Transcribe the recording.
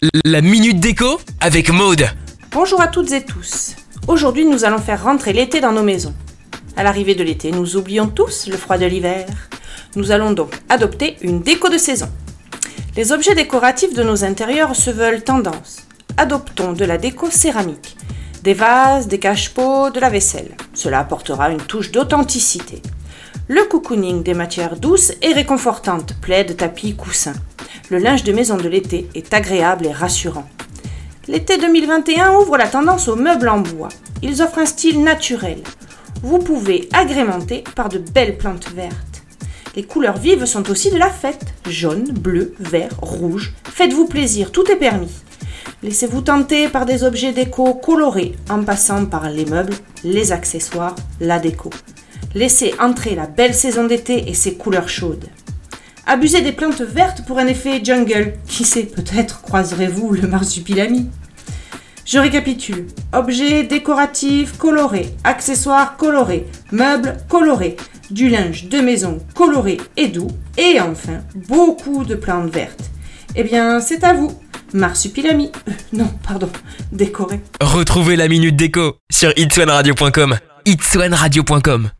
La Minute Déco avec Maude. Bonjour à toutes et tous. Aujourd'hui, nous allons faire rentrer l'été dans nos maisons. À l'arrivée de l'été, nous oublions tous le froid de l'hiver. Nous allons donc adopter une déco de saison. Les objets décoratifs de nos intérieurs se veulent tendance. Adoptons de la déco céramique. Des vases, des cache-pots, de la vaisselle. Cela apportera une touche d'authenticité. Le cocooning des matières douces et réconfortantes, plaids, tapis, coussins. Le linge de maison de l'été est agréable et rassurant. L'été 2021 ouvre la tendance aux meubles en bois. Ils offrent un style naturel. Vous pouvez agrémenter par de belles plantes vertes. Les couleurs vives sont aussi de la fête. Jaune, bleu, vert, rouge. Faites-vous plaisir, tout est permis. Laissez-vous tenter par des objets déco colorés en passant par les meubles, les accessoires, la déco. Laissez entrer la belle saison d'été et ses couleurs chaudes. Abusez des plantes vertes pour un effet jungle. Qui sait, peut-être croiserez-vous le marsupilami. Je récapitule. Objets décoratifs colorés, accessoires colorés, meubles colorés, du linge de maison coloré et doux, et enfin, beaucoup de plantes vertes. Eh bien, c'est à vous. Marsupilami. Décoré. Retrouvez la Minute Déco sur itswanradio.com. itswanradio.com